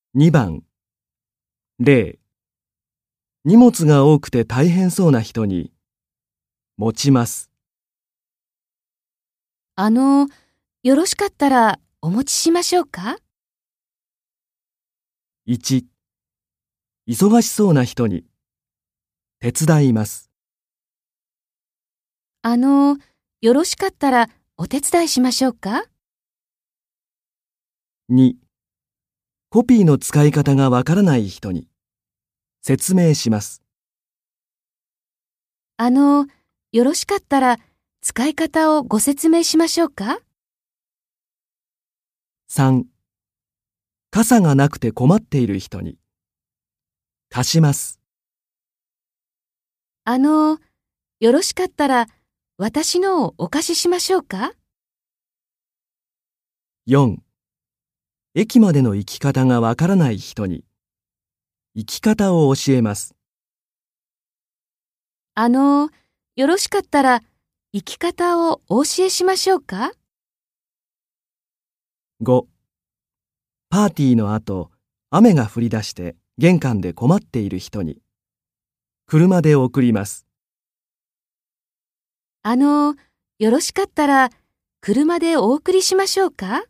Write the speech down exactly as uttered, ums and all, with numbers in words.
にばん、例、荷物が多くて大変そうな人に、持ちます。 あの、よろしかったらお持ちしましょうか？ いち、忙しそうな人に、手伝います。 あの、よろしかったらお手伝いしましょうか？ に、コピーの使い方がわからない人に、説明します。 あの、よろしかったら使い方をご説明しましょうか？ さん、傘がなくて困っている人に、貸します。 あの、よろしかったら私のをお貸ししましょうか？ よん、駅までの行き方がわからない人に、行き方を教えます。 あの、よろしかったら行き方をお教えしましょうか？ ご、パーティーの後、雨が降り出して玄関で困っている人に、車で送ります。 あの、よろしかったら車でお送りしましょうか？